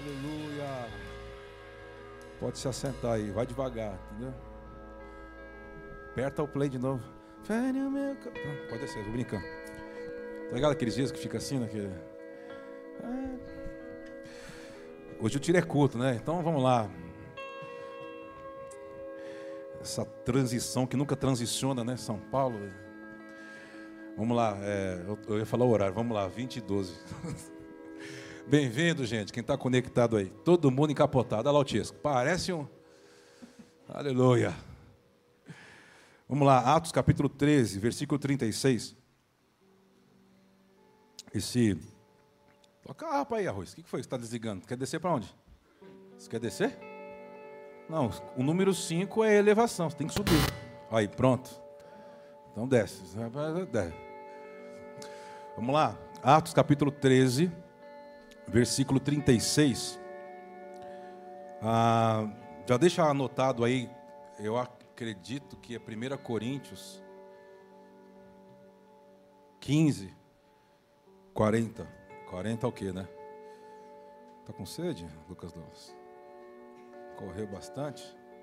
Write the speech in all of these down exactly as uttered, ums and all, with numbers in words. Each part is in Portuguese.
Aleluia. Pode se assentar aí, vai devagar, entendeu? Aperta o play de novo. Pode descer, tô brincando. Tá ligado aqueles dias que fica assim, naquele... Hoje o tiro é curto, né? Então vamos lá. Essa transição que nunca transiciona, né? São Paulo. Vamos lá, é, eu, eu ia falar o horário, vamos lá, vinte e doze. Bem-vindo, gente, quem está conectado aí. Todo mundo encapotado, olha lá o Tiesco. Parece um... Aleluia. Vamos lá, Atos capítulo treze, versículo trinta e seis. Esse... Toca a harpa aí, Arroz. O que foi que você está desligando? Quer descer para onde? Você quer descer? Não, o número cinco é elevação, você tem que subir. Aí, pronto. Então desce. Vamos lá, Atos capítulo treze, versículo trinta e seis. Ah, já deixa anotado aí, eu acredito que é primeira Coríntios quinze, quarenta. quarenta é o quê, né? Tá com sede, Lucas Dawes? Correu bastante?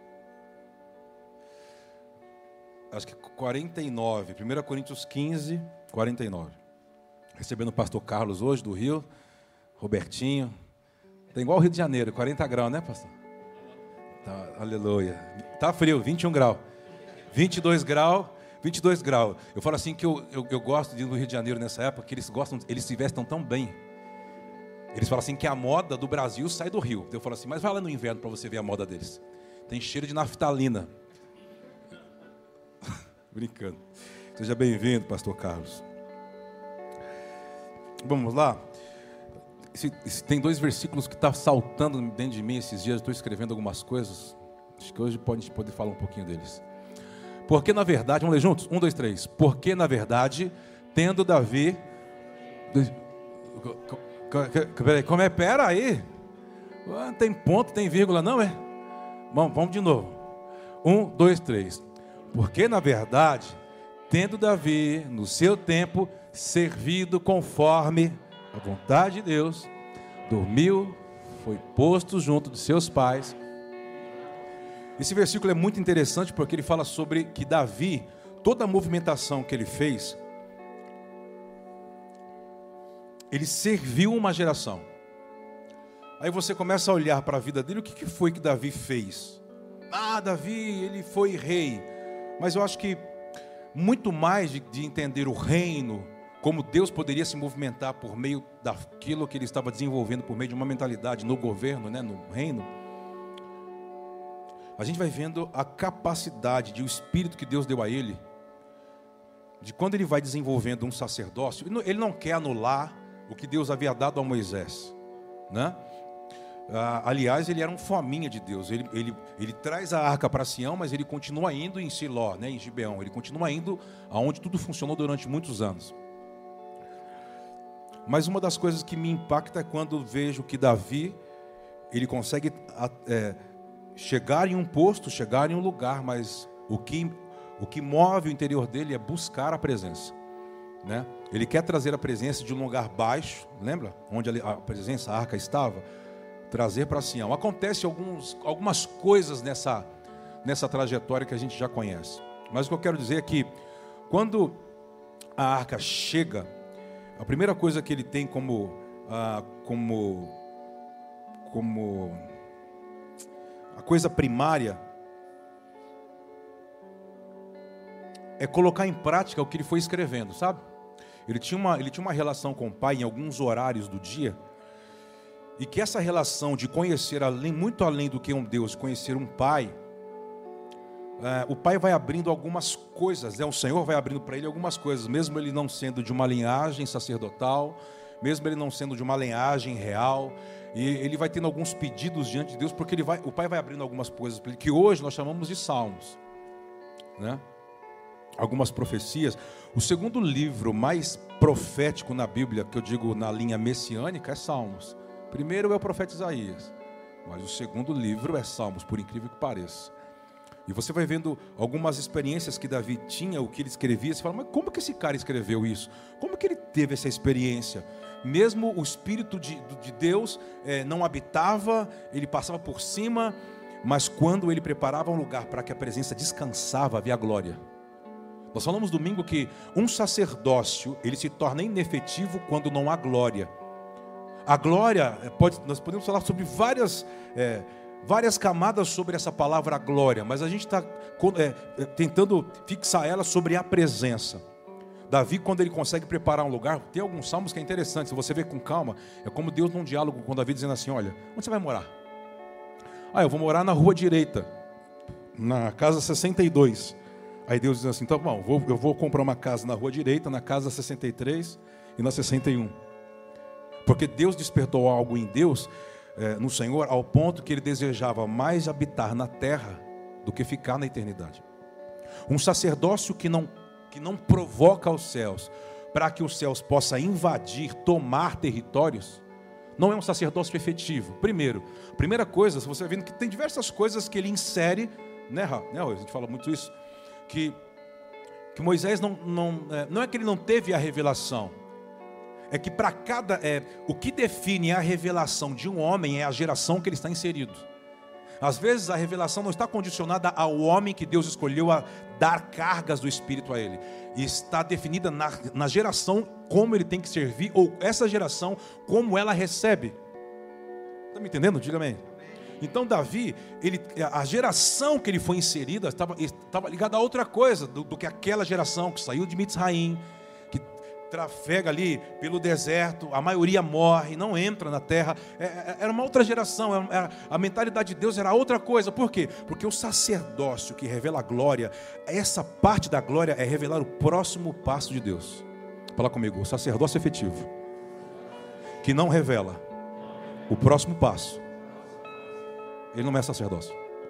Acho que quarenta e nove. primeira Coríntios quinze, quarenta e nove. Recebendo o pastor Carlos hoje, do Rio. Robertinho. Tem igual o Rio de Janeiro, quarenta graus, né, pastor? Tá, aleluia. Tá frio, vinte e um graus. vinte e dois graus. vinte e dois graus. Eu falo assim que eu, eu, eu gosto de ir no Rio de Janeiro nessa época, que eles gostam, eles se vestem tão bem. Eles falam assim que a moda do Brasil sai do Rio. Eu falo assim, mas vai lá no inverno para você ver a moda deles. Tem cheiro de naftalina. Brincando. Seja bem-vindo, pastor Carlos. Vamos lá. Esse, esse, tem dois versículos que estão tá saltando dentro de mim esses dias. Eu estou escrevendo algumas coisas. Acho que hoje pode, a gente pode falar um pouquinho deles. Porque na verdade, vamos ler juntos? Um, dois, três. Porque na verdade, tendo Davi... Peraí, como é? Pera aí. Não tem ponto, tem vírgula, não é? Bom, vamos de novo. Um, dois, três. Porque na verdade, tendo Davi, no seu tempo, servido conforme a vontade de Deus, dormiu, foi posto junto de seus pais. Esse versículo é muito interessante porque ele fala sobre que Davi, toda a movimentação que ele fez, ele serviu uma geração. Aí você começa a olhar para a vida dele, o que foi que Davi fez? Ah, Davi, ele foi rei. Mas eu acho que muito mais de, de entender o reino, como Deus poderia se movimentar por meio daquilo que ele estava desenvolvendo, por meio de uma mentalidade no governo, né, no reino, a gente vai vendo a capacidade de o Espírito que Deus deu a ele, de quando ele vai desenvolvendo um sacerdócio, ele não quer anular o que Deus havia dado a Moisés, né? Ah, aliás, ele era um fominha de Deus. Ele, ele, ele traz a arca para Sião, mas ele continua indo em Siló, né, em Gibeão. Ele continua indo aonde tudo funcionou durante muitos anos. Mas uma das coisas que me impacta é quando vejo que Davi, ele consegue é, chegar em um posto, chegar em um lugar, mas o que, o que move o interior dele é buscar a presença, né? Ele quer trazer a presença de um lugar baixo, lembra? Onde a presença, a arca estava, trazer para Sião. Acontece alguns, algumas coisas nessa, nessa trajetória que a gente já conhece. Mas o que eu quero dizer é que quando a arca chega, a primeira coisa que ele tem como, ah, como, como a coisa primária é colocar em prática o que ele foi escrevendo, sabe? Ele tinha uma, ele tinha uma relação com o pai em alguns horários do dia, e que essa relação de conhecer além, muito além do que um Deus, conhecer um pai, é, o pai vai abrindo algumas coisas, né? O Senhor vai abrindo para ele algumas coisas, mesmo ele não sendo de uma linhagem sacerdotal, mesmo ele não sendo de uma linhagem real, e ele vai tendo alguns pedidos diante de Deus, porque ele vai, o pai vai abrindo algumas coisas para ele, que hoje nós chamamos de salmos, né? Algumas profecias. O segundo livro mais profético na Bíblia, que eu digo na linha messiânica, é Salmos. Primeiro é o profeta Isaías, mas o segundo livro é Salmos, por incrível que pareça. E você vai vendo algumas experiências que Davi tinha, o que ele escrevia, você fala, mas como que esse cara escreveu isso? Como que ele teve essa experiência? mesmo o Espírito de, de Deus é, não habitava, ele passava por cima, mas quando ele preparava um lugar para que a presença descansava, havia glória. Nós falamos domingo que um sacerdócio, ele se torna inefetivo quando não há glória. A glória, pode, nós podemos falar sobre várias, é, várias camadas sobre essa palavra glória, mas a gente está é, tentando fixar ela sobre a presença. Davi, quando ele consegue preparar um lugar, tem alguns salmos que é interessante, se você ver com calma, é como Deus num diálogo com Davi dizendo assim, olha, onde você vai morar? Ah, eu vou morar na rua direita, na casa sessenta e dois. Aí Deus diz assim, então bom, vou, eu vou comprar uma casa na rua direita, na casa sessenta e três e na sessenta e um. Porque Deus despertou algo em Deus, é, no Senhor, ao ponto que ele desejava mais habitar na terra do que ficar na eternidade. Um sacerdócio que não, que não provoca os céus, para que os céus possam invadir, tomar territórios, não é um sacerdócio efetivo. Primeiro, primeira coisa, você vai vendo que tem diversas coisas que ele insere, né, né a gente fala muito isso, que, que Moisés não, não, é, não é que ele não teve a revelação, é que para cada, é, o que define a revelação de um homem é a geração que ele está inserido. Às vezes a revelação não está condicionada ao homem que Deus escolheu a dar cargas do Espírito a ele, e está definida na, na geração como ele tem que servir, ou essa geração como ela recebe. Está me entendendo? Diga amém. Então Davi, ele, a geração que ele foi inserida estava, estava ligada a outra coisa do, do que aquela geração que saiu de Mitzraim, que trafega ali pelo deserto, a maioria morre, não entra na terra. É, era uma outra geração, era, era, a mentalidade de Deus era outra coisa. Por quê? Porque o sacerdócio que revela a glória, essa parte da glória é revelar o próximo passo de Deus. Fala comigo, o sacerdócio efetivo que não revela o próximo passo, ele não é sacerdócio.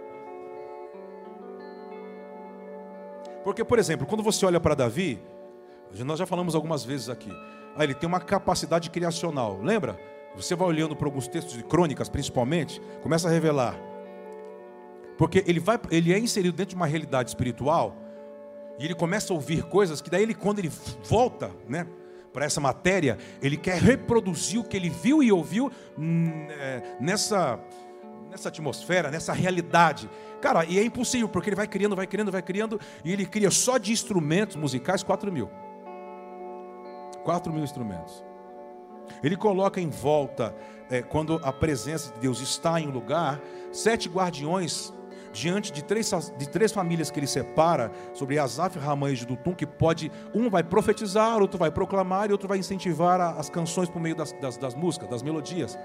Porque, por exemplo, quando você olha para Davi, nós já falamos algumas vezes aqui, ah, ele tem uma capacidade criacional, lembra? Você vai olhando para alguns textos de crônicas, principalmente, começa a revelar, porque ele, vai, ele é inserido dentro de uma realidade espiritual, e ele começa a ouvir coisas que daí, ele, quando ele volta, né, para essa matéria, ele quer reproduzir o que ele viu e ouviu nessa... nessa atmosfera, nessa realidade. Cara, e é impossível, porque ele vai criando, vai criando, vai criando, e ele cria só de instrumentos musicais quatro mil. quatro mil instrumentos. Ele coloca em volta, é, quando a presença de Deus está em um lugar, sete guardiões, diante de três, de três famílias que ele separa, sobre Asaf, Ramã e Jedutum, que pode, um vai profetizar, outro vai proclamar, e outro vai incentivar a, as canções por meio das, das, das músicas, das melodias.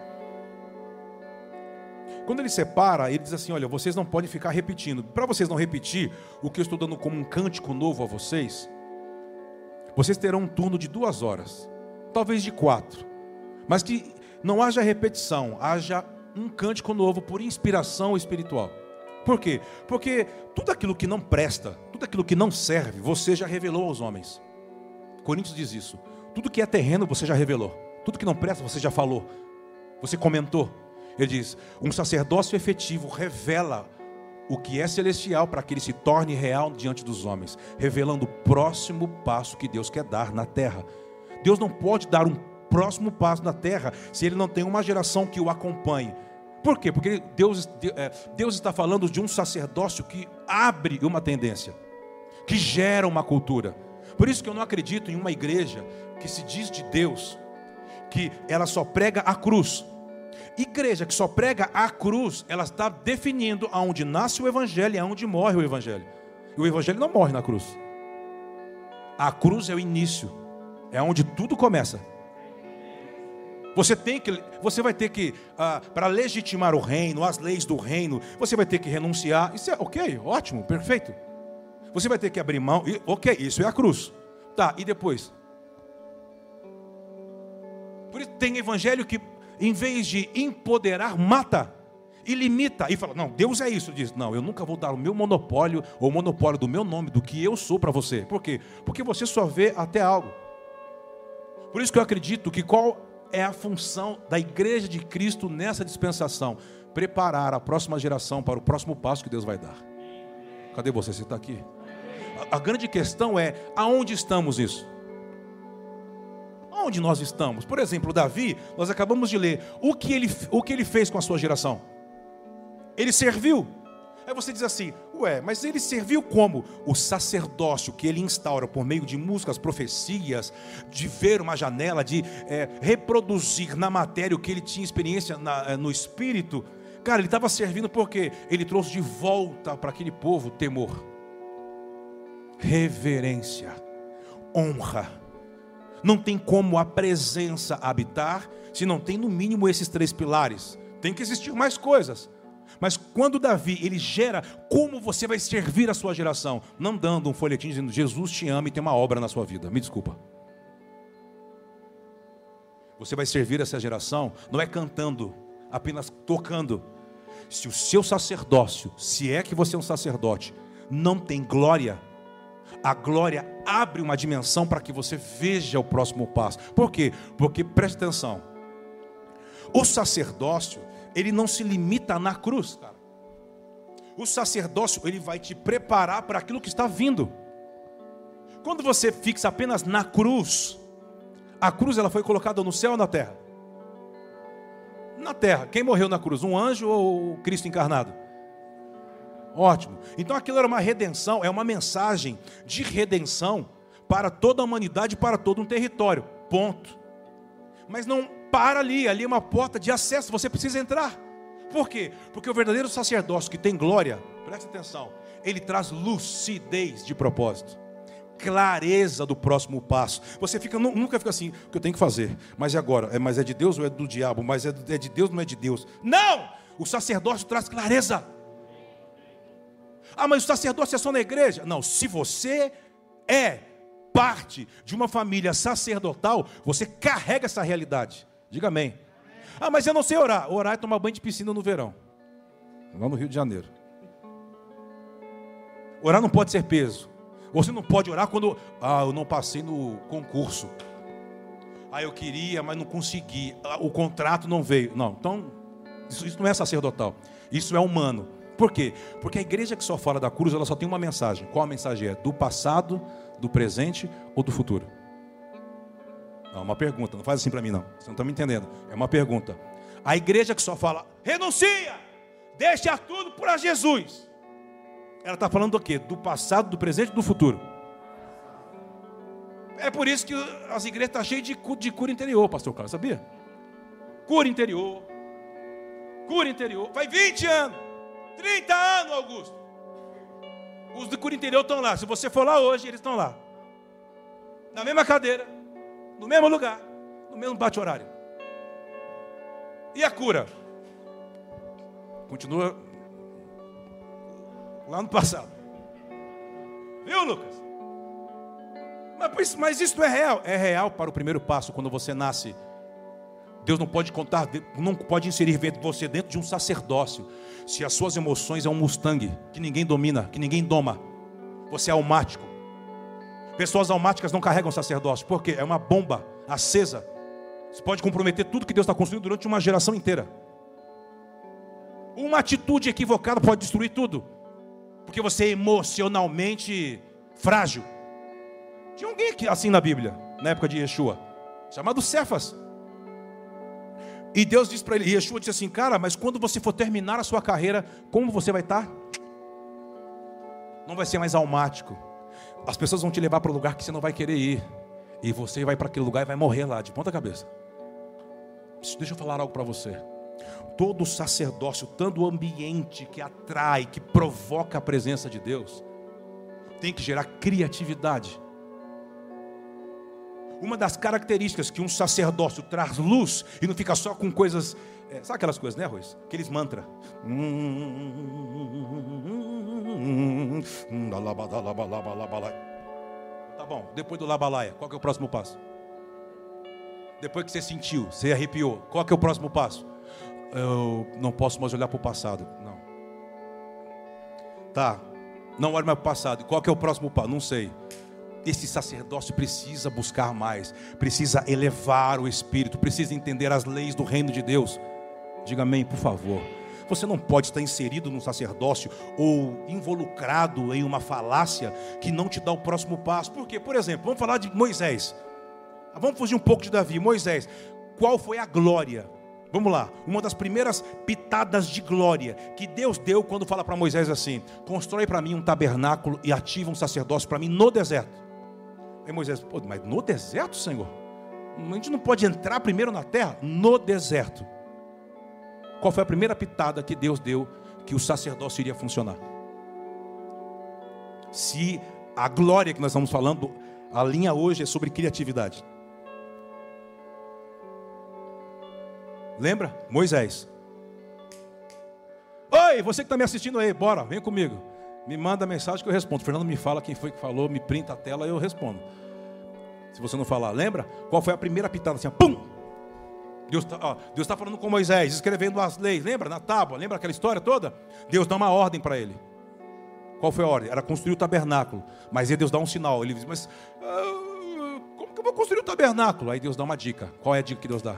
Quando ele separa, ele diz assim, olha, vocês não podem ficar repetindo. Para vocês não repetir o que eu estou dando como um cântico novo a vocês, vocês terão um turno de duas horas, talvez de quatro, mas que não haja repetição, haja um cântico novo por inspiração espiritual. Por quê? Porque tudo aquilo que não presta, tudo aquilo que não serve, você já revelou aos homens. Coríntios diz isso. Tudo que é terreno você já revelou, tudo que não presta você já falou, você comentou. Ele diz, um sacerdócio efetivo revela o que é celestial para que ele se torne real diante dos homens, revelando o próximo passo que Deus quer dar na terra. Deus não pode dar um próximo passo na terra se ele não tem uma geração que o acompanhe. Por quê? Porque Deus, Deus está falando de um sacerdócio que abre uma tendência, que gera uma cultura. Por isso que eu não acredito em uma igreja que se diz de Deus, que ela só prega a cruz. Igreja que só prega a cruz, ela está definindo aonde nasce o evangelho e aonde morre o evangelho. E o evangelho não morre na cruz. A cruz é o início, é onde tudo começa. Você tem que, você vai ter que, ah, para legitimar o reino, as leis do reino, você vai ter que renunciar. Isso é ok, ótimo, perfeito. Você vai ter que abrir mão, e, ok, isso é a cruz. Tá, e depois? Por isso tem evangelho que, em vez de empoderar, mata e limita. E fala, não, Deus é isso. Diz, não, eu nunca vou dar o meu monopólio, ou o monopólio do meu nome, do que eu sou para você. Por quê? Porque você só vê até algo. Por isso que eu acredito que qual é a função da igreja de Cristo nessa dispensação? Preparar a próxima geração para o próximo passo que Deus vai dar. Cadê você? Você está aqui? A, a grande questão é, aonde estamos isso? Onde nós estamos? Por exemplo, Davi, nós acabamos de ler. O que ele, o que ele fez com a sua geração? Ele serviu. Aí você diz assim, ué, mas ele serviu como? O sacerdócio que ele instaura por meio de músicas, profecias, de ver uma janela, de é, reproduzir na matéria o que ele tinha experiência na, no espírito. Cara, ele estava servindo porque ele trouxe de volta para aquele povo temor, reverência, honra. Não tem como a presença habitar se não tem no mínimo esses três pilares. Tem que existir mais coisas. Mas quando Davi, ele gera como você vai servir a sua geração, não dando um folhetim dizendo Jesus te ama e tem uma obra na sua vida. Me desculpa. Você vai servir essa geração, não é cantando, apenas tocando. Se o seu sacerdócio, se é que você é um sacerdote, não tem glória, a glória abre uma dimensão para que você veja o próximo passo. Por quê? Porque, preste atenção, o sacerdócio, ele não se limita na cruz, cara. O sacerdócio, ele vai te preparar para aquilo que está vindo. Quando você fixa apenas na cruz, a cruz ela foi colocada no céu ou na terra? Na terra. Quem morreu na cruz? Um anjo ou Cristo encarnado? Ótimo. Então aquilo era uma redenção, é uma mensagem de redenção para toda a humanidade, para todo um território. Ponto. Mas não para ali, ali é uma porta de acesso, você precisa entrar. Por quê? Porque o verdadeiro sacerdócio que tem glória, presta atenção, ele traz lucidez de propósito, clareza do próximo passo. Você fica, nunca fica assim, o que eu tenho que fazer? Mas e agora? É, mas é de Deus ou é do diabo? Mas é de Deus ou não é de Deus? Não! O sacerdócio traz clareza. Ah, mas o sacerdócio é só na igreja? Não, se você é parte de uma família sacerdotal, você carrega essa realidade. Diga amém. Ah, mas eu não sei orar. Orar é tomar banho de piscina no verão, lá no Rio de Janeiro. Orar não pode ser peso. Você não pode orar quando, ah, eu não passei no concurso. Ah, eu queria, mas não consegui. Ah, o contrato não veio. Não, então, isso, isso não é sacerdotal. Isso é humano. Por quê? Porque a igreja que só fala da cruz, ela só tem uma mensagem. Qual a mensagem é? Do passado, do presente ou do futuro? Não, uma pergunta, não faz assim para mim não. Você não está me entendendo. É uma pergunta. A igreja que só fala, renuncia, deixa tudo para Jesus. Ela está falando do quê? Do passado, do presente e do futuro. É por isso que as igrejas estão cheias de, de cura interior, pastor Carlos, sabia? Cura interior. Cura interior. Faz vinte anos. trinta anos, Augusto. Os de cura interior estão lá. Se você for lá hoje, eles estão lá. Na mesma cadeira, no mesmo lugar, no mesmo bate-horário. E a cura? Continua lá no passado. Viu, Lucas? Mas, mas isso não é real. É real para o primeiro passo, quando você nasce. Deus não pode contar, não pode inserir você dentro de um sacerdócio. Se as suas emoções é um Mustang, que ninguém domina, que ninguém doma. Você é almático. Pessoas almáticas não carregam sacerdócio. Por quê? É uma bomba acesa. Você pode comprometer tudo que Deus está construindo durante uma geração inteira. Uma atitude equivocada pode destruir tudo. Porque você é emocionalmente frágil. Tinha alguém assim na Bíblia, na época de Yeshua, chamado Cefas. E Deus disse para ele, e Yeshua disse assim, cara, mas quando você for terminar a sua carreira, como você vai estar? Não vai ser mais almático. As pessoas vão te levar para um lugar que você não vai querer ir. E você vai para aquele lugar e vai morrer lá, de ponta cabeça. Deixa eu falar algo para você. Todo sacerdócio, todo ambiente que atrai, que provoca a presença de Deus, tem que gerar criatividade. Uma das características que um sacerdócio traz luz, e não fica só com coisas, é, sabe aquelas coisas, né, Ruiz? Aqueles mantras. Tá bom, depois do labalaia, qual que é o próximo passo? Depois que você sentiu, você arrepiou, qual que é o próximo passo? Eu não posso mais olhar para o passado. Não. Tá, não olho mais para o passado. Qual que é o próximo passo? Não sei. Esse sacerdócio precisa buscar mais, precisa elevar o espírito, precisa entender as leis do reino de Deus. Diga amém, por favor. Você não pode estar inserido num sacerdócio ou involucrado em uma falácia que não te dá o próximo passo. Por quê? Por exemplo, vamos falar de Moisés. Vamos fugir um pouco de Davi. Moisés, qual foi a glória? Vamos lá, uma das primeiras pitadas de glória que Deus deu quando fala para Moisés assim: constrói para mim um tabernáculo e ativa um sacerdócio para mim no deserto. Aí Moisés, pô, mas no deserto, Senhor? A gente não pode entrar primeiro na terra? No deserto. Qual foi a primeira pitada que Deus deu que o sacerdócio iria funcionar? Se a glória que nós estamos falando, a linha hoje é sobre criatividade. Lembra? Moisés. Oi, você que está me assistindo aí, bora, vem comigo. Me manda mensagem que eu respondo. Fernando me fala quem foi que falou, me printa a tela e eu respondo. Se você não falar, lembra? Qual foi a primeira pitada assim? Pum! Deus está Deus tá falando com Moisés, escrevendo as leis. Lembra? Na tábua, lembra aquela história toda? Deus dá uma ordem para ele. Qual foi a ordem? Era construir o tabernáculo. Mas aí Deus dá um sinal. Ele diz, mas uh, como que eu vou construir o tabernáculo? Aí Deus dá uma dica. Qual é a dica que Deus dá?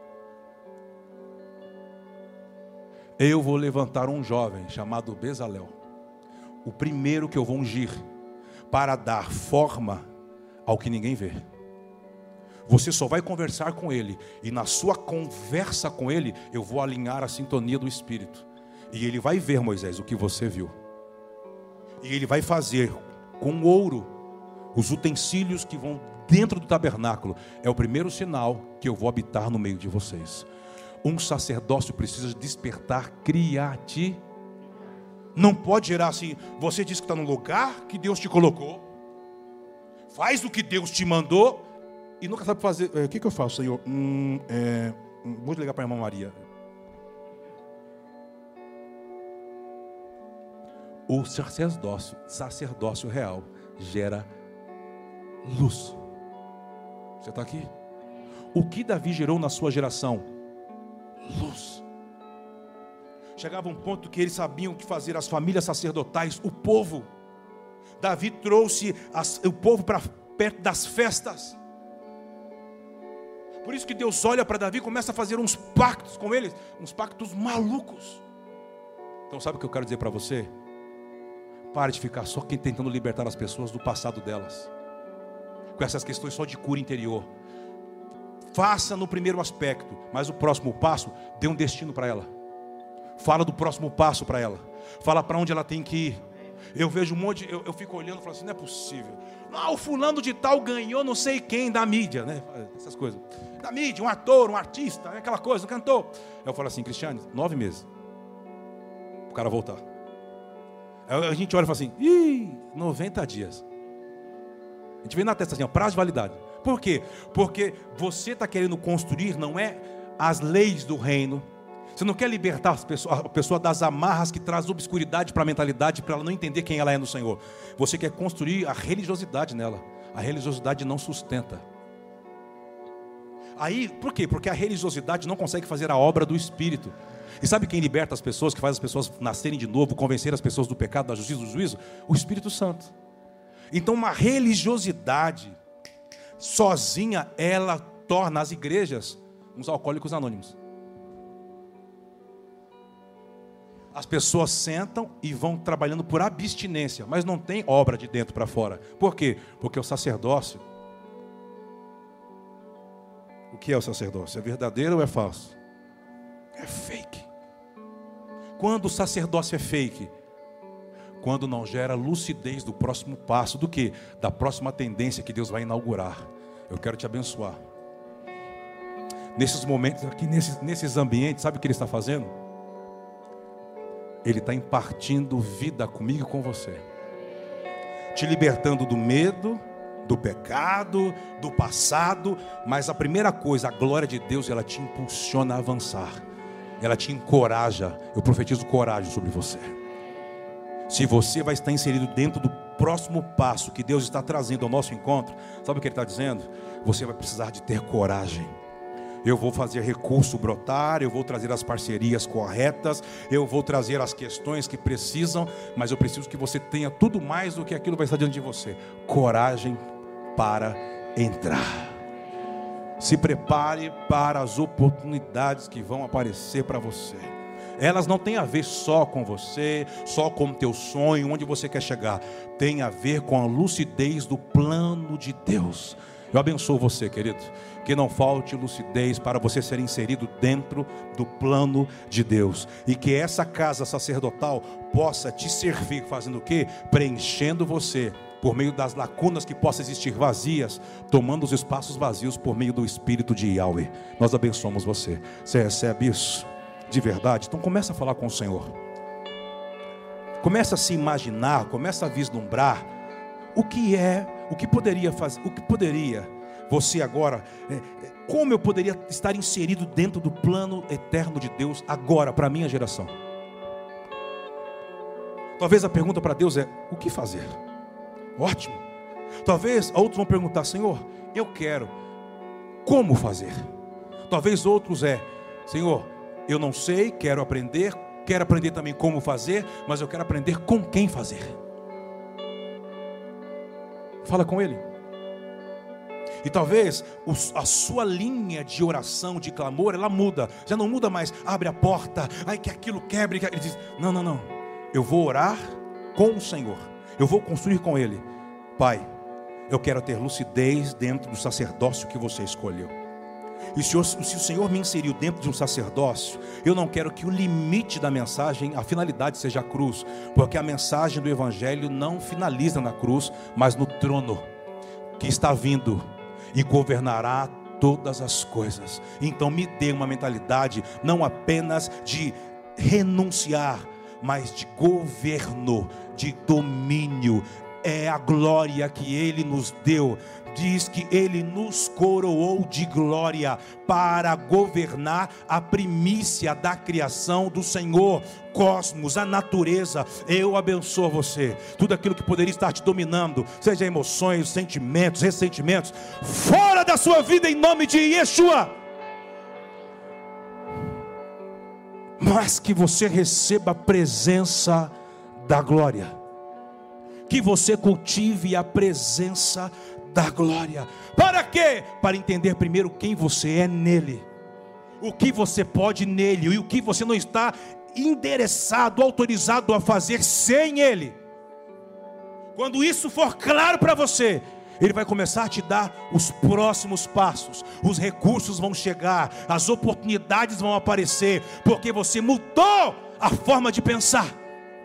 Eu vou levantar um jovem chamado Bezalel, o primeiro que eu vou ungir, para dar forma ao que ninguém vê. Você só vai conversar com ele, e na sua conversa com ele, eu vou alinhar a sintonia do Espírito. E ele vai ver, Moisés, o que você viu. E ele vai fazer com ouro os utensílios que vão dentro do tabernáculo. É o primeiro sinal que eu vou habitar no meio de vocês. Um sacerdócio precisa despertar criatividade. Não pode gerar assim, você diz que está no lugar que Deus te colocou, faz o que Deus te mandou, e nunca sabe fazer. O que, que eu faço, Senhor? Hum, é, vou ligar para a irmã Maria. O sacerdócio, sacerdócio real, gera luz. Você está aqui? O que Davi gerou na sua geração? Luz. Chegava um ponto que eles sabiam o que fazer, as famílias sacerdotais, o povo. Davi trouxe as, o povo para perto das festas. Por isso que Deus olha para Davi e começa a fazer uns pactos com eles, uns pactos malucos. Então sabe o que eu quero dizer para você? Pare de ficar só tentando libertar as pessoas do passado delas, com essas questões só de cura interior. Faça no primeiro aspecto, mas o próximo passo, dê um destino para ela. Fala do próximo passo para ela. Fala para onde ela tem que ir. Eu vejo um monte, eu, eu fico olhando e falo assim, não é possível. Não, o fulano de tal ganhou não sei quem da mídia, né? Essas coisas. Da mídia, um ator, um artista, aquela coisa, um cantor. Eu falo assim, Cristiane, nove meses. O cara voltar. Aí a gente olha e fala assim, ih, noventa dias. A gente vê na testa assim, ó, prazo de validade. Por quê? Porque você está querendo construir, não é as leis do reino. Você não quer libertar as pessoas, a pessoa das amarras que traz obscuridade para a mentalidade, para ela não entender quem ela é no Senhor. Você quer construir a religiosidade nela. A religiosidade não sustenta. Aí, por quê? Porque a religiosidade não consegue fazer a obra do Espírito. E sabe quem liberta as pessoas, que faz as pessoas nascerem de novo, convencer as pessoas do pecado, da justiça, do juízo? O Espírito Santo. Então uma religiosidade sozinha, ela torna as igrejas uns alcoólicos anônimos. As pessoas sentam e vão trabalhando por abstinência, mas não tem obra de dentro para fora. Por quê? Porque o sacerdócio... O que é o sacerdócio? É verdadeiro ou é falso? É fake. Quando o sacerdócio é fake? Quando não gera lucidez do próximo passo, do que? Da próxima tendência que Deus vai inaugurar. Eu quero te abençoar. Nesses momentos aqui, nesses, nesses ambientes, sabe o que Ele está fazendo? Ele está impartindo vida comigo e com você. Te libertando do medo, do pecado, do passado. Mas a primeira coisa, a glória de Deus, ela te impulsiona a avançar. Ela te encoraja. Eu profetizo coragem sobre você. Se você vai estar inserido dentro do próximo passo que Deus está trazendo ao nosso encontro, sabe o que Ele está dizendo? Você vai precisar de ter coragem. Eu vou fazer recurso brotar, eu vou trazer as parcerias corretas, eu vou trazer as questões que precisam, mas eu preciso que você tenha tudo mais do que aquilo vai estar diante de você. Coragem para entrar. Se prepare para as oportunidades que vão aparecer para você. Elas não têm a ver só com você, só com o teu sonho, onde você quer chegar. Tem a ver com a lucidez do plano de Deus. Eu abençoo você, querido, que não falte lucidez para você ser inserido dentro do plano de Deus, e que essa casa sacerdotal possa te servir, fazendo o quê? Preenchendo você, por meio das lacunas que possam existir vazias, tomando os espaços vazios por meio do Espírito de Yahweh. Nós abençoamos você. Você recebe isso de verdade? Então começa a falar com o Senhor. Começa a se imaginar, começa a vislumbrar o que é, o que poderia fazer, o que poderia você agora, é, como eu poderia estar inserido dentro do plano eterno de Deus agora para a minha geração. Talvez a pergunta para Deus é: o que fazer? Ótimo. Talvez outros vão perguntar: Senhor, eu quero, como fazer? Talvez outros é: Senhor, eu não sei, quero aprender, quero aprender também como fazer, mas eu quero aprender com quem fazer. Fala com Ele. E talvez a sua linha de oração, de clamor, ela muda. Já não muda mais, abre a porta, ai que aquilo quebre. Que... Ele diz: não, não, não. Eu vou orar com o Senhor. Eu vou construir com Ele. Pai, eu quero ter lucidez dentro do sacerdócio que você escolheu. E se o, se o Senhor me inseriu dentro de um sacerdócio, eu não quero que o limite da mensagem, a finalidade seja a cruz, porque a mensagem do Evangelho não finaliza na cruz, mas no trono que está vindo e governará todas as coisas. Então me dê uma mentalidade não apenas de renunciar, mas de governo, de domínio. É a glória que Ele nos deu. Diz que Ele nos coroou de glória para governar a primícia da criação do Senhor, cosmos, a natureza. Eu abençoo você. Tudo aquilo que poderia estar te dominando, seja emoções, sentimentos, ressentimentos, fora da sua vida em nome de Yeshua. Mas que você receba a presença da glória. Que você cultive a presença da glória. Para quê? Para entender primeiro quem você é nele, o que você pode nele e o que você não está endereçado, autorizado a fazer sem ele. Quando isso for claro para você, Ele vai começar a te dar os próximos passos. Os recursos vão chegar, as oportunidades vão aparecer, porque você mudou a forma de pensar.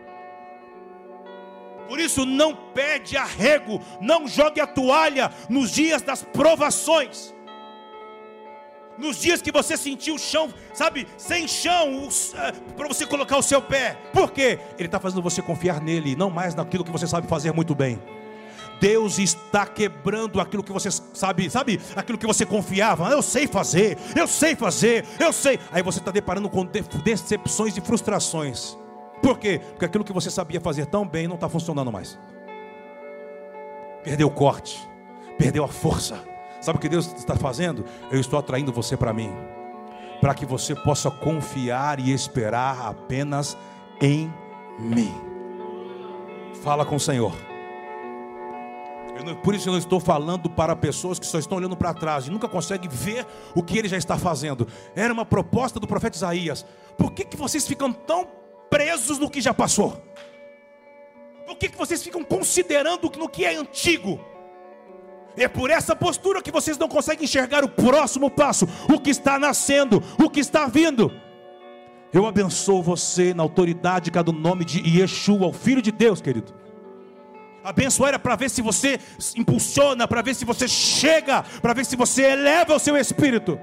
Por isso não pede arrego, não jogue a toalha nos dias das provações. Nos dias que você sentiu o chão, sabe, sem chão, uh, para você colocar o seu pé. Por quê? Ele está fazendo você confiar nele, não mais naquilo que você sabe fazer muito bem. Deus está quebrando aquilo que você sabe, sabe, aquilo que você confiava. Eu sei fazer, eu sei fazer, eu sei. Aí você está deparando com decepções e frustrações. Por quê? Porque aquilo que você sabia fazer tão bem não está funcionando mais. Perdeu o corte, perdeu a força. Sabe o que Deus está fazendo? Eu estou atraindo você para mim, para que você possa confiar e esperar apenas em mim. Fala com o Senhor. Eu não, por isso eu não estou falando para pessoas que só estão olhando para trás e nunca conseguem ver o que Ele já está fazendo. Era uma proposta do profeta Isaías. Por que, que vocês ficam tão presos no que já passou? Por que, que vocês ficam considerando no que é antigo? É por essa postura que vocês não conseguem enxergar o próximo passo, o que está nascendo, o que está vindo. Eu abençoo você na autoridade do nome de Yeshua, o Filho de Deus, querido. A bênção era para ver se você impulsiona, para ver se você chega, para ver se você eleva o seu espírito.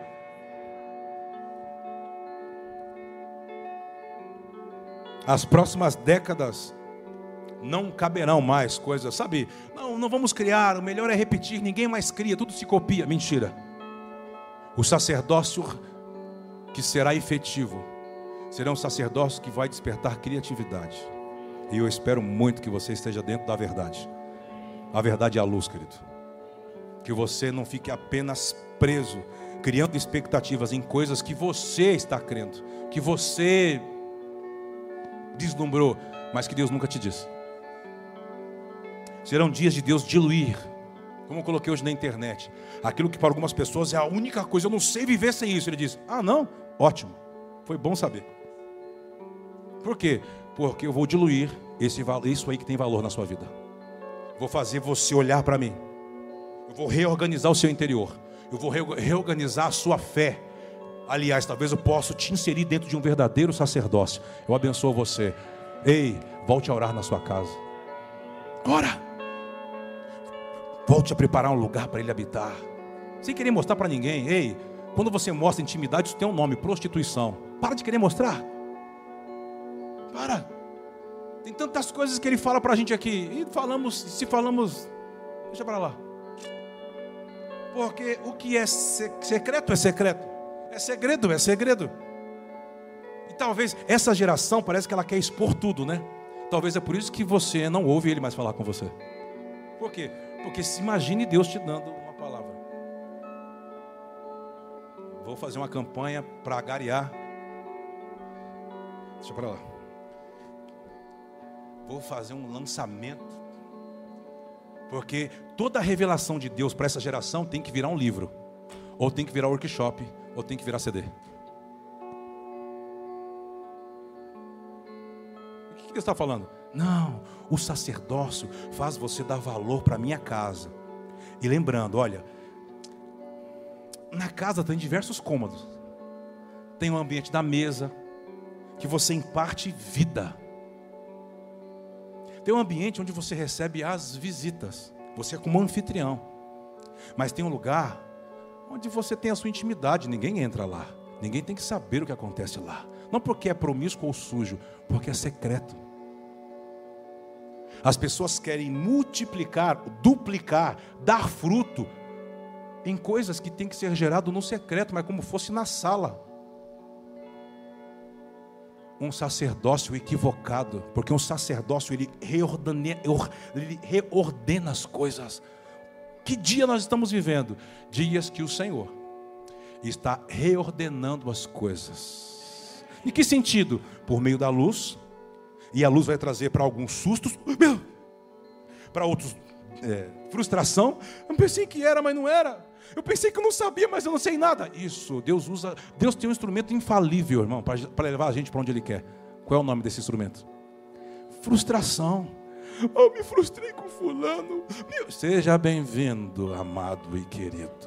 As próximas décadas não caberão mais coisas, sabe? Não, não vamos criar, o melhor é repetir, ninguém mais cria, tudo se copia. Mentira. O sacerdócio que será efetivo será um sacerdócio que vai despertar criatividade. E eu espero muito que você esteja dentro da verdade. A verdade é a luz, querido. Que você não fique apenas preso, criando expectativas em coisas que você está crendo, que você deslumbrou, mas que Deus nunca te disse. Serão dias de Deus diluir, como eu coloquei hoje na internet, aquilo que para algumas pessoas é a única coisa, eu não sei viver sem isso. Ele diz: ah não, ótimo, foi bom saber. Por quê? Porque eu vou diluir esse, isso aí que tem valor na sua vida. Vou fazer você olhar para mim, Eu vou reorganizar o seu interior. Eu vou reorganizar a sua fé. Aliás, talvez eu possa te inserir dentro de um verdadeiro sacerdócio. Eu abençoo você. Ei, volte a orar na sua casa. Ora. Volte a preparar um lugar para ele habitar. Sem querer mostrar para ninguém. Ei, quando você mostra intimidade, isso tem um nome, prostituição. Para de querer mostrar. Para. Tem tantas coisas que ele fala para a gente aqui. E falamos, se falamos, deixa para lá. Porque o que é secreto é secreto. É segredo, é segredo. E talvez essa geração parece que ela quer expor tudo, né? Talvez é por isso que você não ouve ele mais falar com você. Por quê? Porque se imagine Deus te dando uma palavra. Vou fazer uma campanha para agariar. Deixa para lá. Vou fazer um lançamento. Porque toda a revelação de Deus para essa geração tem que virar um livro. Ou tem que virar workshop. Ou tem que virar C D. O que Deus está falando? Não, o sacerdócio faz você dar valor para a minha casa. E lembrando, olha, na casa tem diversos cômodos. Tem o ambiente da mesa, que você imparte vida. Tem um ambiente onde você recebe as visitas. Você é como anfitrião. Mas tem um lugar onde você tem a sua intimidade. Ninguém entra lá. Ninguém tem que saber o que acontece lá. Não porque é promíscuo ou sujo, porque é secreto. As pessoas querem multiplicar, duplicar, dar fruto em coisas que tem que ser gerado no secreto, mas como fosse na sala. Um sacerdócio equivocado, porque um sacerdócio ele reordena, ele reordena as coisas. Que dia nós estamos vivendo? Dias que o Senhor está reordenando as coisas. Em que sentido? Por meio da luz. E a luz vai trazer para alguns sustos, para outros é, frustração. Eu pensei que era, mas não era. Eu pensei que eu não sabia, mas eu não sei nada. Isso, Deus usa. Deus tem um instrumento infalível, irmão, para levar a gente para onde Ele quer. Qual é o nome desse instrumento? Frustração. Eu me frustrei com fulano. Meu... Seja bem-vindo, amado e querido.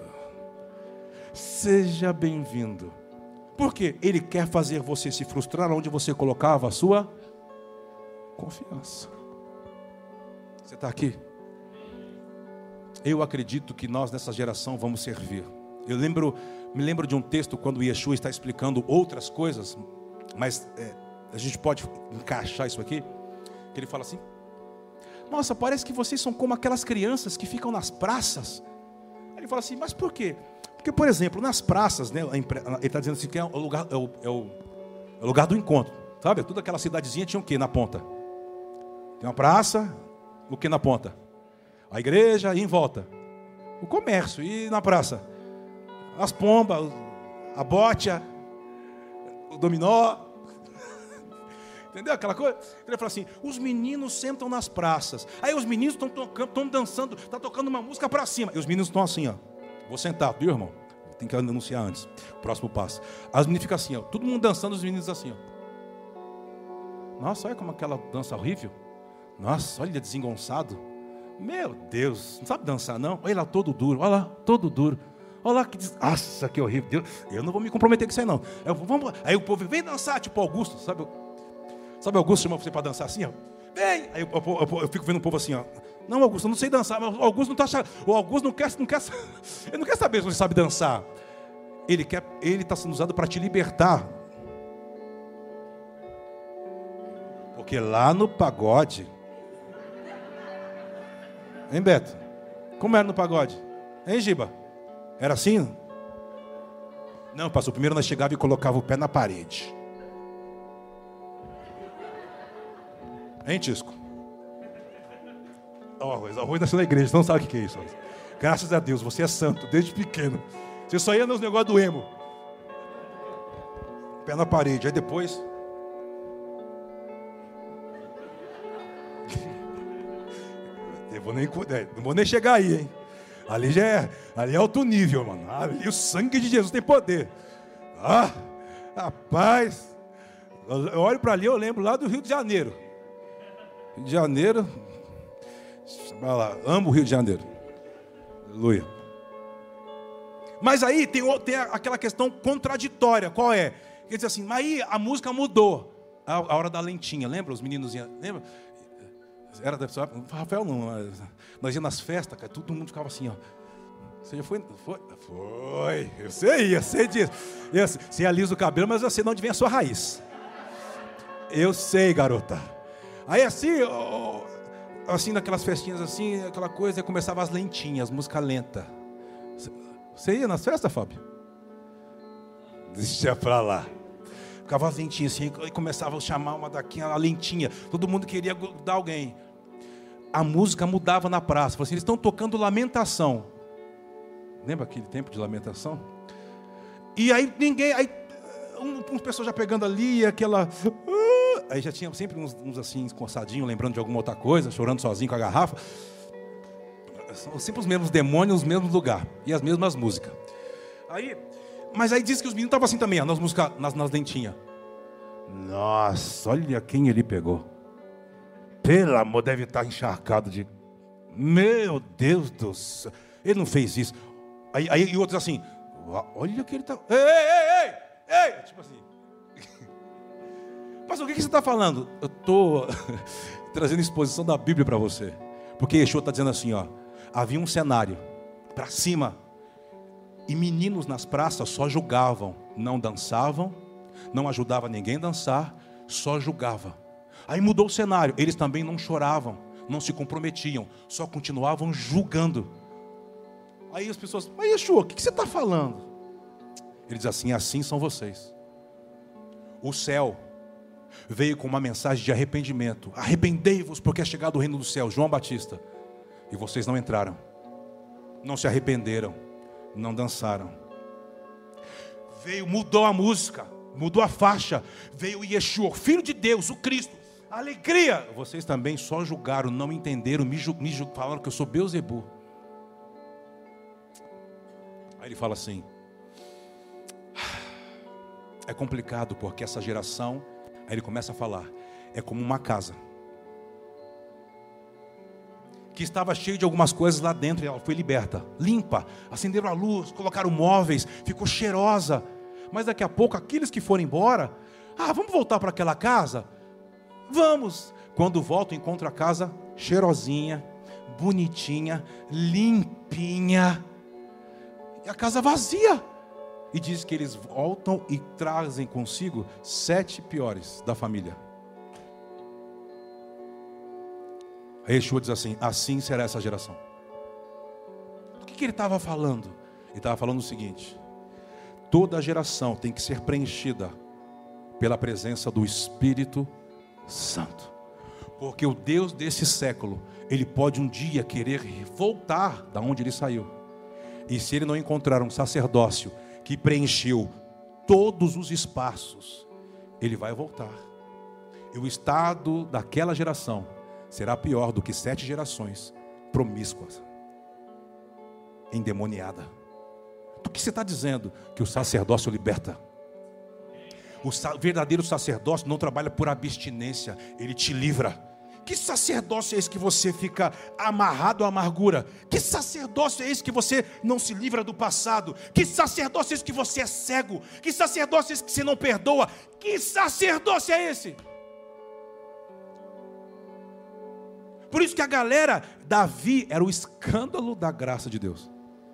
Seja bem-vindo. Por quê? Ele quer fazer você se frustrar onde você colocava a sua confiança. Você está aqui? Eu acredito que nós nessa geração vamos servir. Eu lembro, me lembro de um texto quando Yeshua está explicando outras coisas, mas é, a gente pode encaixar isso aqui, que ele fala assim: nossa, parece que vocês são como aquelas crianças que ficam nas praças. Ele fala assim, mas por quê? Porque, por exemplo, nas praças, né, ele está dizendo assim que é o lugar, é o, é o, é o lugar do encontro. Sabe? Toda aquela cidadezinha tinha o quê na ponta? Tem uma praça, o que na ponta? A igreja e em volta. O comércio. E na praça? As pombas, a botia, o dominó. Entendeu aquela coisa? Ele fala assim, os meninos sentam nas praças. Aí os meninos estão tocando, estão dançando, está tocando uma música para cima. E os meninos estão assim, ó. Vou sentar, viu, irmão? Tem que anunciar antes. Próximo passo. As meninas ficam assim, ó. Todo mundo dançando, os meninos assim, ó. Nossa, olha como aquela dança horrível. Nossa, olha desengonçado. Meu Deus, não sabe dançar não? Olha lá, todo duro, olha lá, todo duro. Olha lá, que des... Nossa, que horrível. Deus, eu não vou me comprometer com isso aí não. Eu, vamos... Aí o povo vem dançar, tipo Augusto, sabe? Sabe Augusto chamou você para dançar assim, ó? Vem! Aí eu, eu, eu, eu fico vendo o povo assim, ó. Não, Augusto, eu não sei dançar, mas o Augusto não está. O Augusto não quer, não quer, ele não quer saber se você sabe dançar. Ele quer, ele está sendo usado para te libertar. Porque lá no pagode, hein, Beto? Como era no pagode? Hein, Giba? Era assim? Não, pastor, primeiro nós chegava e colocava o pé na parede. Hein, Tisco? Ó, oh, arroz, arroz nasceu na igreja, você não sabe o que é isso. Graças a Deus, você é santo, desde pequeno. Você só ia nos negócios do emo. Pé na parede, aí depois... Eu vou nem, não vou nem chegar aí, hein? Ali já é, ali é alto nível, mano. Ali o sangue de Jesus tem poder. Ah, rapaz. Eu olho para ali, eu lembro lá do Rio de Janeiro. Rio de Janeiro. Vai lá, amo o Rio de Janeiro. Aleluia. Mas aí tem, tem aquela questão contraditória. Qual é? Quer dizer assim, mas aí a música mudou. A, a hora da lentinha, lembra? Os meninos iam, lembra? Era da Rafael não, nós íamos nas festas, cara, todo mundo ficava assim, ó. Você já foi? Foi, foi. Eu sei, eu sei disso. Eu sei, você alisa o cabelo, mas eu sei de onde vem a sua raiz. Eu sei, garota. Aí assim, assim naquelas festinhas assim, aquela coisa, começava as lentinhas, música lenta. Você ia nas festas, Fábio? Deixa pra lá. Ficava as lentinhas assim, e começava a chamar uma daqui, a lentinha. Todo mundo queria dar alguém. A música mudava na praça. Assim, eles estão tocando Lamentação. Lembra aquele tempo de Lamentação? E aí ninguém, aí um, um pessoa já pegando ali, aquela... Uh, aí já tinha sempre uns, uns assim, esconçadinhos, lembrando de alguma outra coisa, chorando sozinho com a garrafa. São sempre os mesmos demônios, os mesmos lugares. E as mesmas músicas. Aí, mas aí diz que os meninos estavam assim também, ó, nas músicas, nas, nas dentinhas. Nossa, olha quem ele pegou. Pelo amor, deve estar encharcado de... Meu Deus do céu. Ele não fez isso. Aí, aí e outros assim, olha que ele está... Ei, ei, ei, ei! Tipo assim. Pastor, o que você está falando? Eu estou trazendo exposição da Bíblia para você. Porque Yeshua está dizendo assim, ó. Havia um cenário para cima. E meninos nas praças só julgavam. Não dançavam. Não ajudava ninguém a dançar. Só julgava. Aí mudou o cenário. Eles também não choravam. Não se comprometiam. Só continuavam julgando. Aí as pessoas, mas Yeshua, o que você está falando? Ele diz assim, assim são vocês. O céu veio com uma mensagem de arrependimento. Arrependei-vos porque é chegado o reino do céu. João Batista. E vocês não entraram. Não se arrependeram. Não dançaram. Veio, mudou a música. Mudou a faixa. Veio Yeshua, Filho de Deus, o Cristo. A alegria. Vocês também só julgaram, não entenderam. Me, me falaram que eu sou Beuzebu. Aí ele fala assim, é complicado porque essa geração, aí ele começa a falar, é como uma casa que estava cheia de algumas coisas lá dentro e ela foi liberta, limpa, acenderam a luz, colocaram móveis, ficou cheirosa, mas daqui a pouco aqueles que foram embora, ah, vamos voltar para aquela casa? Vamos. Quando voltam, encontram a casa cheirosinha, bonitinha, limpinha, e a casa vazia. E diz que eles voltam e trazem consigo sete piores da família. Aí Yeshua diz assim, assim será essa geração. O que, que ele estava falando? Ele estava falando o seguinte, toda geração tem que ser preenchida pela presença do Espírito Santo. Porque o Deus desse século, ele pode um dia querer voltar da onde ele saiu. E se ele não encontrar um sacerdócio que preencheu todos os espaços, ele vai voltar. E o estado daquela geração será pior do que sete gerações promíscuas, endemoniada. Do que você está dizendo? Que o sacerdócio liberta. O verdadeiro sacerdócio não trabalha por abstinência, ele te livra. Que sacerdócio é esse que você fica amarrado à amargura? Que sacerdócio é esse que você não se livra do passado? Que sacerdócio é esse que você é cego? Que sacerdócio é esse que você não perdoa? Que sacerdócio é esse? Por isso que a galera, Davi era o escândalo da graça de Deus.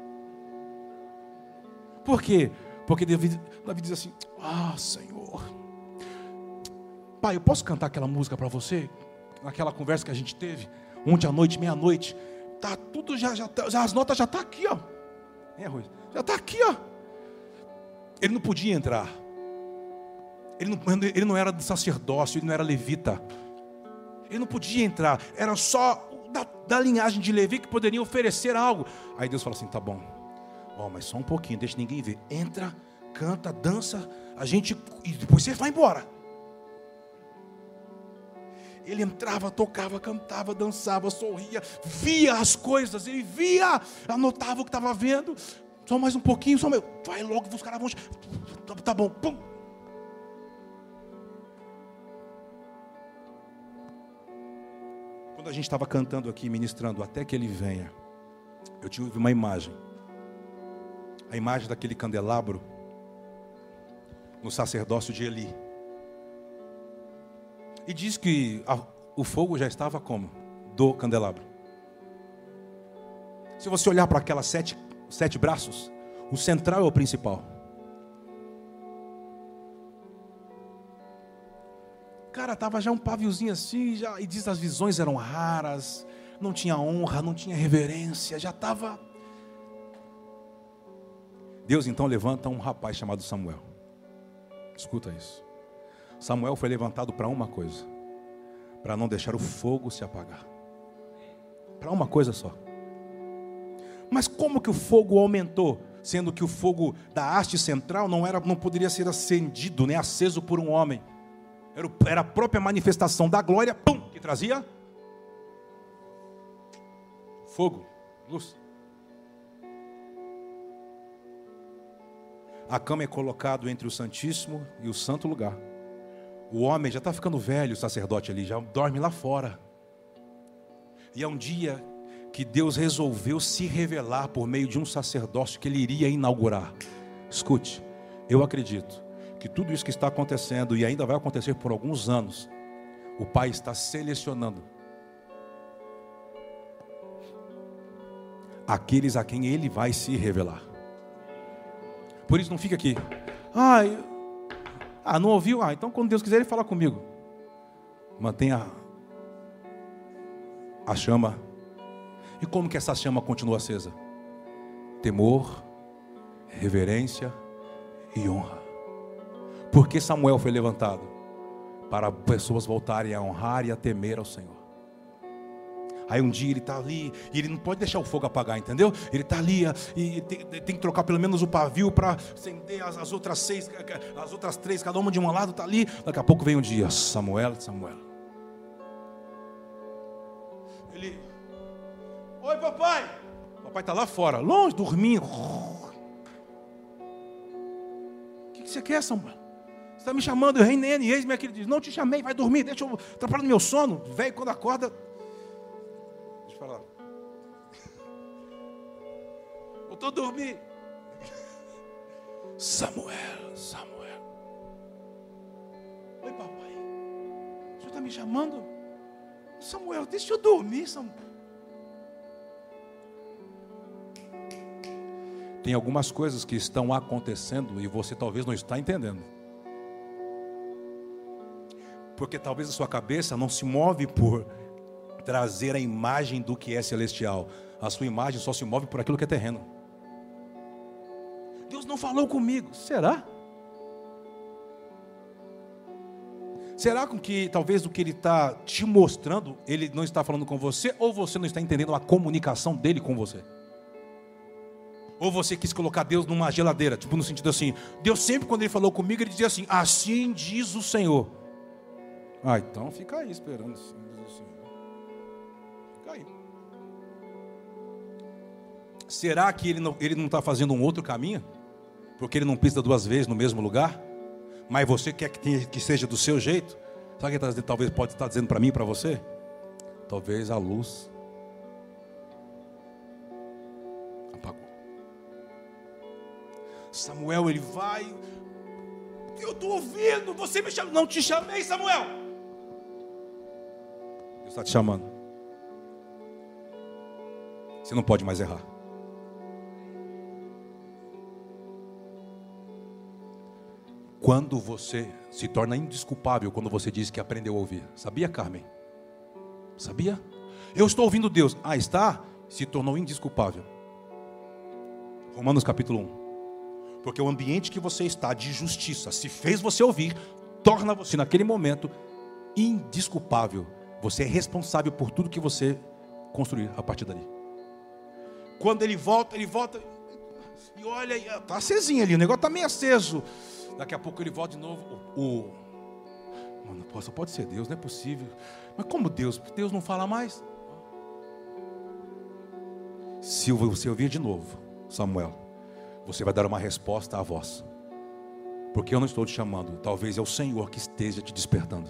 Por quê? Porque Davi, Davi diz assim, ah, Senhor, pai, eu posso cantar aquela música para você? Naquela conversa que a gente teve, ontem à noite, meia-noite, tá tudo já, já, já as notas já tá aqui, ó. É, Rui, já tá aqui, ó. Ele não podia entrar. Ele não, ele não era do sacerdócio, ele não era levita. Ele não podia entrar. Era só da, da linhagem de Levi que poderia oferecer algo. Aí Deus fala assim, tá bom. Ó, mas só um pouquinho, deixa ninguém ver. Entra, canta, dança, a gente e depois você vai embora. Ele entrava, tocava, cantava, dançava, sorria, via as coisas, ele via, anotava o que estava vendo. Só mais um pouquinho, só meu, vai logo, os caras vão. Tá, tá bom, pum. Quando a gente estava cantando aqui, ministrando, até que ele venha, eu tive uma imagem. A imagem daquele candelabro no sacerdócio de Eli. E diz que a, o fogo já estava como? Do candelabro. Se você olhar para aquelas sete, sete braços, o central é o principal. Cara, estava já um paviozinho assim, já, e diz que as visões eram raras, não tinha honra, não tinha reverência, já estava... Deus então levanta um rapaz chamado Samuel. Escuta isso. Samuel foi levantado para uma coisa: para não deixar o fogo se apagar. Para uma coisa só. Mas como que o fogo aumentou? Sendo que o fogo da haste central não, era, não poderia ser acendido, nem aceso por um homem. Era, era a própria manifestação da glória, pum, que trazia fogo, luz. A cama é colocado entre o Santíssimo e o Santo Lugar. O homem já está ficando velho, o sacerdote ali, já dorme lá fora. E é um dia que Deus resolveu se revelar por meio de um sacerdócio que Ele iria inaugurar. Escute, eu acredito que tudo isso que está acontecendo, e ainda vai acontecer por alguns anos, o Pai está selecionando aqueles a quem Ele vai se revelar. Por isso não fica aqui, ah, eu... ah, não ouviu? Ah, então quando Deus quiser Ele fala comigo. Mantenha a chama. E como que essa chama continua acesa? Temor, reverência e honra. Porque Samuel foi levantado? Para pessoas voltarem a honrar e a temer ao Senhor. Aí um dia ele está ali, e ele não pode deixar o fogo apagar, entendeu? Ele está ali, e tem, tem que trocar pelo menos o pavio para acender as, as outras seis, as outras três, cada uma de um lado, está ali. Daqui a pouco vem um dia, Samuel, Samuel. Ele, oi papai. Papai está lá fora, longe, dormindo. O que, que você quer, Samuel? Você está me chamando, eu reinei, e eis-me aqui. Ele diz, não te chamei, vai dormir, deixa eu atrapalhar no meu sono. Velho, quando acorda... Falar. Voltou a dormir. Samuel, Samuel. Oi, papai. O senhor está me chamando? Samuel, deixa eu dormir, Samuel. Tem algumas coisas que estão acontecendo e você talvez não está entendendo. Porque talvez a sua cabeça não se move por trazer a imagem do que é celestial. A sua imagem só se move por aquilo que é terreno. Deus não falou comigo. Será? Será com que talvez do que Ele está te mostrando, Ele não está falando com você, ou você não está entendendo a comunicação dele com você? Ou você quis colocar Deus numa geladeira, tipo no sentido assim, Deus sempre quando Ele falou comigo, Ele dizia assim, assim diz o Senhor. Ah, então fica aí esperando, assim diz o Senhor. Aí. Será que ele não ele não está fazendo um outro caminho? Porque ele não pisa duas vezes no mesmo lugar? Mas você quer que, tenha, que seja do seu jeito? Sabe o que ele tá, talvez pode estar dizendo para mim e para você? Talvez a luz apagou. Samuel, ele vai. Eu estou ouvindo, você me chama. Não te chamei, Samuel. Deus está te chamando. Você não pode mais errar. Quando você se torna indesculpável, quando você diz que aprendeu a ouvir. Sabia, Carmen? Sabia? Eu estou ouvindo Deus. Ah, está? Se tornou indesculpável. Romanos capítulo um. Porque o ambiente que você está de justiça, se fez você ouvir, torna você naquele momento indesculpável. Você é responsável por tudo que você construir a partir dali. Quando ele volta, ele volta e olha, está acesinho ali, o negócio está meio aceso. Daqui a pouco ele volta de novo. O, o... Mano, só pode ser Deus, não é possível. Mas como Deus? Deus não fala mais? Se você ouvir de novo, Samuel, você vai dar uma resposta à voz. Porque eu não estou te chamando. Talvez é o Senhor que esteja te despertando.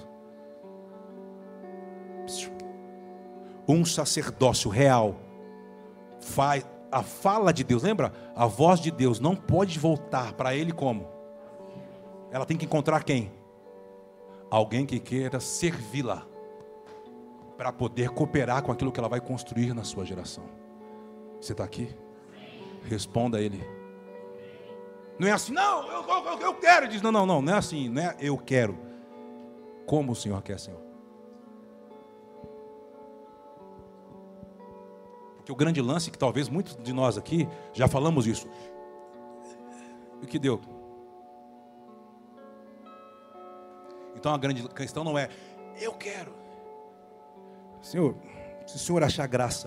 Um sacerdócio real faz, a fala de Deus, lembra? A voz de Deus não pode voltar para ele como? Ela tem que encontrar quem? Alguém que queira servi-la, para poder cooperar com aquilo que ela vai construir na sua geração. Você está aqui? Responda a ele. Não é assim, não, eu, eu, eu quero. Ele diz, não, não, não, não é assim, não é eu quero. Como o Senhor quer, Senhor? Porque o grande lance, que talvez muitos de nós aqui já falamos isso. O que deu? Então a grande questão não é, eu quero. Senhor, se o Senhor achar graça,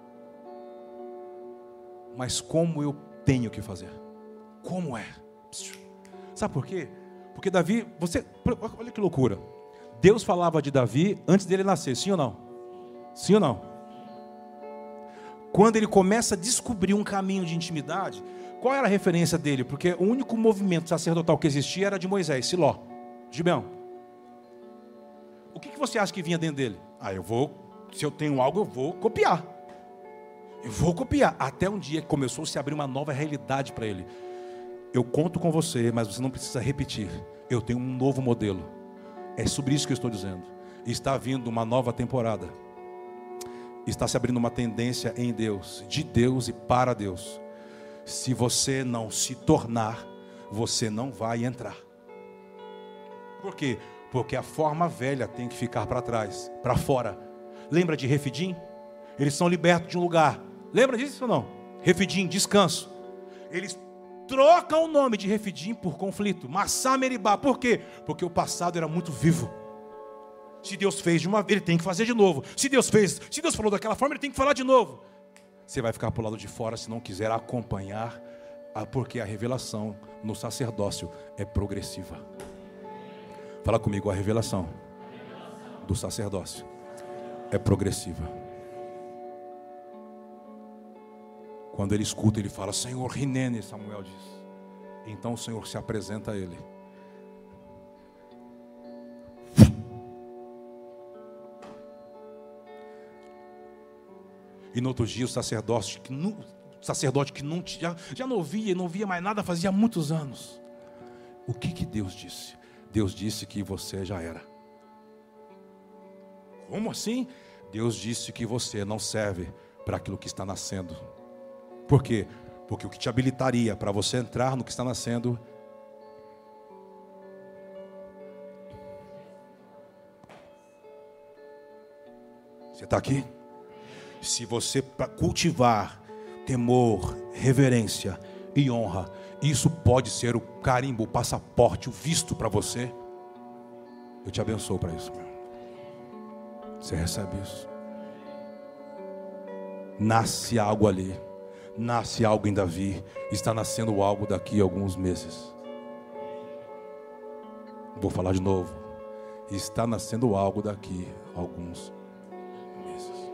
mas como eu tenho que fazer? Como é? Sabe por quê? Porque Davi, você, olha que loucura. Deus falava de Davi antes dele nascer, sim ou não? Sim ou não? Quando ele começa a descobrir um caminho de intimidade, qual era a referência dele? Porque o único movimento sacerdotal que existia era de Moisés, Siló, Gibeão. O que, que você acha que vinha dentro dele? Ah, eu vou, se eu tenho algo, eu vou copiar. Eu vou copiar. Até um dia que começou a se abrir uma nova realidade para ele. Eu conto com você, mas você não precisa repetir. Eu tenho um novo modelo. É sobre isso que eu estou dizendo. Está vindo uma nova temporada. Está se abrindo uma tendência em Deus, de Deus e para Deus. Se você não se tornar, você não vai entrar. Por quê? Porque a forma velha tem que ficar para trás, para fora. Lembra de Refidim? Eles são libertos de um lugar. Lembra disso ou não? Refidim, descanso. Eles trocam o nome de Refidim por conflito. Massá Meribá. Por quê? Porque o passado era muito vivo. Se Deus fez de uma vez, ele tem que fazer de novo. Se Deus fez, se Deus falou daquela forma, ele tem que falar de novo. Você vai ficar para o lado de fora se não quiser acompanhar, porque a revelação no sacerdócio é progressiva. Fala comigo, a revelação do sacerdócio é progressiva. Quando ele escuta, ele fala, Senhor, Rinene, Samuel diz. Então o Senhor se apresenta a ele. E no outro dia o sacerdote que não, sacerdote que não já, já não via, não via mais nada fazia muitos anos. O que que Deus disse? Deus disse que você já era. Como assim? Deus disse que você não serve para aquilo que está nascendo. Por quê? Porque o que te habilitaria para você entrar no que está nascendo você está aqui? Se você cultivar temor, reverência e honra, isso pode ser o carimbo, o passaporte, o visto para você. Eu te abençoo para isso, meu. Você recebe isso. Nasce algo ali. Nasce algo em Davi. Está nascendo algo daqui a alguns meses. Vou falar de novo. Está nascendo algo daqui a alguns meses.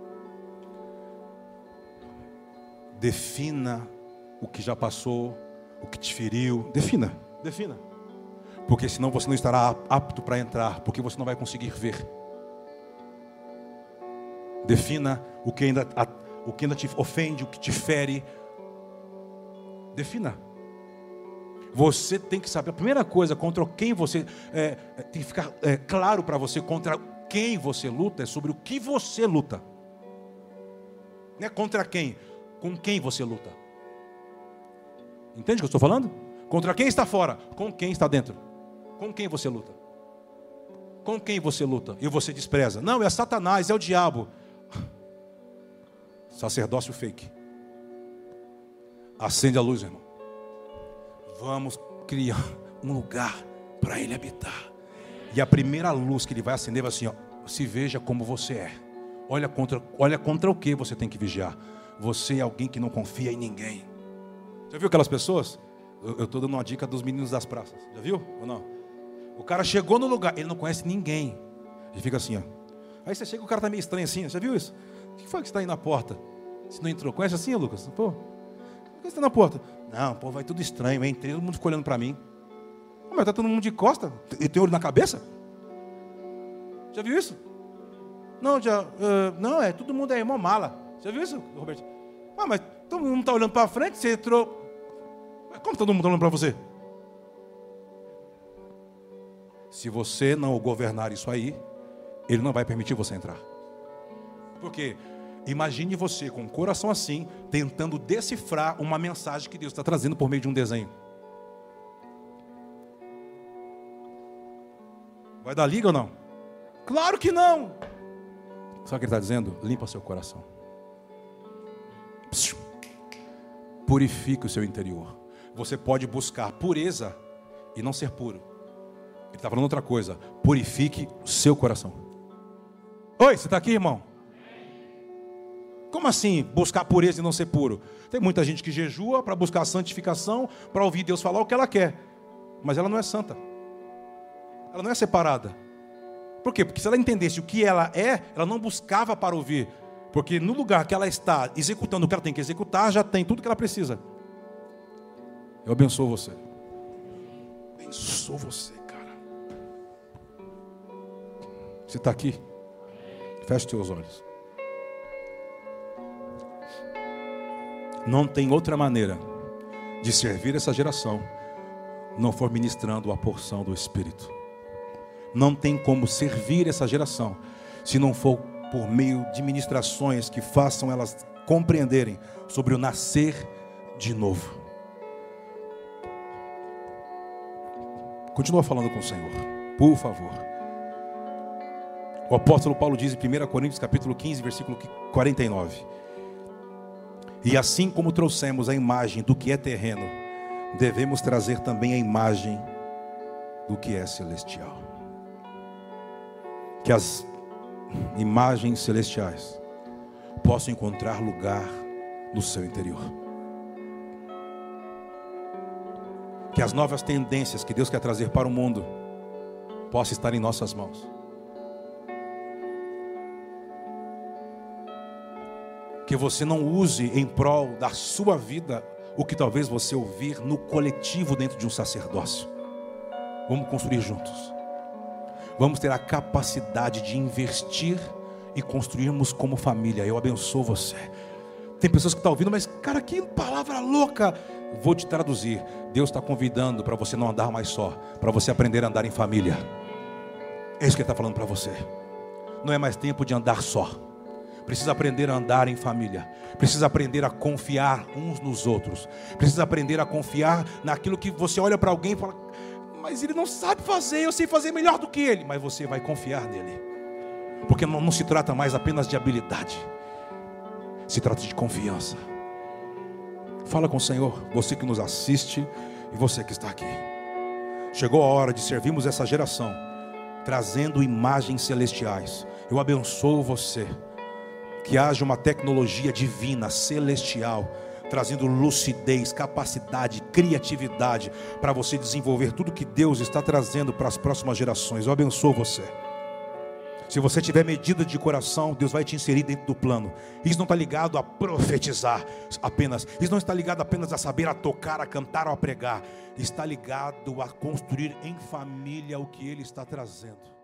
Defina o que já passou, o que te feriu. Defina, defina. Porque senão você não estará apto para entrar, porque você não vai conseguir ver. Defina o que ainda, o que ainda te ofende, o que te fere. Defina. Você tem que saber, a primeira coisa, contra quem você, é, tem que ficar é, claro para você, contra quem você luta, é sobre o que você luta. Não é contra quem, com quem você luta. Entende o que eu estou falando? Contra quem está fora, com quem está dentro. Com quem você luta? Com quem você luta e você despreza? Não, é Satanás, é o diabo. Sacerdócio fake. Acende a luz, irmão. Vamos criar um lugar para ele habitar. E a primeira luz que ele vai acender vai assim, ó, se veja como você é. Olha contra, olha contra o que você tem que vigiar. Você é alguém que não confia em ninguém. Já viu aquelas pessoas? Eu estou dando uma dica dos meninos das praças. Já viu ou não? O cara chegou no lugar, ele não conhece ninguém. Ele fica assim, ó. Aí você chega, o cara está meio estranho assim. Já viu isso? O que foi que está aí na porta? Você não entrou? Conhece assim, Lucas? Pô, por que você está na porta? Não, pô, vai tudo estranho. Eu entrei, todo mundo ficou olhando para mim. Mas está todo mundo de costa? E tem olho na cabeça? Já viu isso? Não, já, uh, não, é, todo mundo é uma mala. Já viu isso, Roberto? Ah, mas Todo mundo está olhando para frente, você entrou. Mas como todo mundo está olhando para você? Se você não governar isso aí, Ele não vai permitir você entrar. Porque imagine você com o coração assim, tentando decifrar uma mensagem que Deus está trazendo por meio de um desenho. Vai dar liga ou não? Claro que não! Sabe o que Ele está dizendo? Limpa seu coração. Purifique o seu interior. Você pode buscar pureza e não ser puro. Ele está falando outra coisa. Purifique o seu coração. Oi, você está aqui, irmão? Como assim buscar pureza e não ser puro? Tem muita gente que jejua para buscar santificação, para ouvir Deus falar o que ela quer. Mas ela não é santa. Ela não é separada. Por quê? Porque se ela entendesse o que ela é, ela não buscava para ouvir. Porque no lugar que ela está executando o que ela tem que executar, já tem tudo que ela precisa. Eu abençoo você. Abençoo você, cara. Você está aqui? Feche teus olhos. Não tem outra maneira de servir essa geração não for ministrando a porção do Espírito. Não tem como servir essa geração se não for por meio de ministrações que façam elas compreenderem sobre o nascer de novo. Continua falando com o Senhor, por favor. O apóstolo Paulo diz em primeira Coríntios capítulo quinze, versículo quarenta e nove: e assim como trouxemos a imagem do que é terreno, devemos trazer também a imagem do que é celestial. Que as imagens celestiais possam encontrar lugar no seu interior. Que as novas tendências que Deus quer trazer para o mundo possam estar em nossas mãos. Que você não use em prol da sua vida o que talvez você ouvir no coletivo dentro de um sacerdócio. Vamos construir juntos. Vamos ter a capacidade de investir e construirmos como família. Eu abençoo você. Tem pessoas que estão ouvindo, mas cara, que palavra louca. Vou te traduzir. Deus está convidando para você não andar mais só, para você aprender a andar em família. É isso que Ele está falando para você. Não é mais tempo de andar só. Precisa aprender a andar em família. Precisa aprender a confiar uns nos outros. Precisa aprender a confiar naquilo que você olha para alguém e fala: mas ele não sabe fazer, eu sei fazer melhor do que ele. Mas você vai confiar nele. Porque não, não se trata mais apenas de habilidade. Se trata de confiança. Fala com o Senhor, você que nos assiste e você que está aqui. Chegou a hora de servirmos essa geração, trazendo imagens celestiais. Eu abençoo você. Que haja uma tecnologia divina, celestial, trazendo lucidez, capacidade, criatividade, para você desenvolver tudo que Deus está trazendo para as próximas gerações. Eu abençoo você. Se você tiver medida de coração, Deus vai te inserir dentro do plano. Isso não está ligado a profetizar apenas. Isso não está ligado apenas a saber a tocar, a cantar ou a pregar. Está ligado a construir em família o que Ele está trazendo.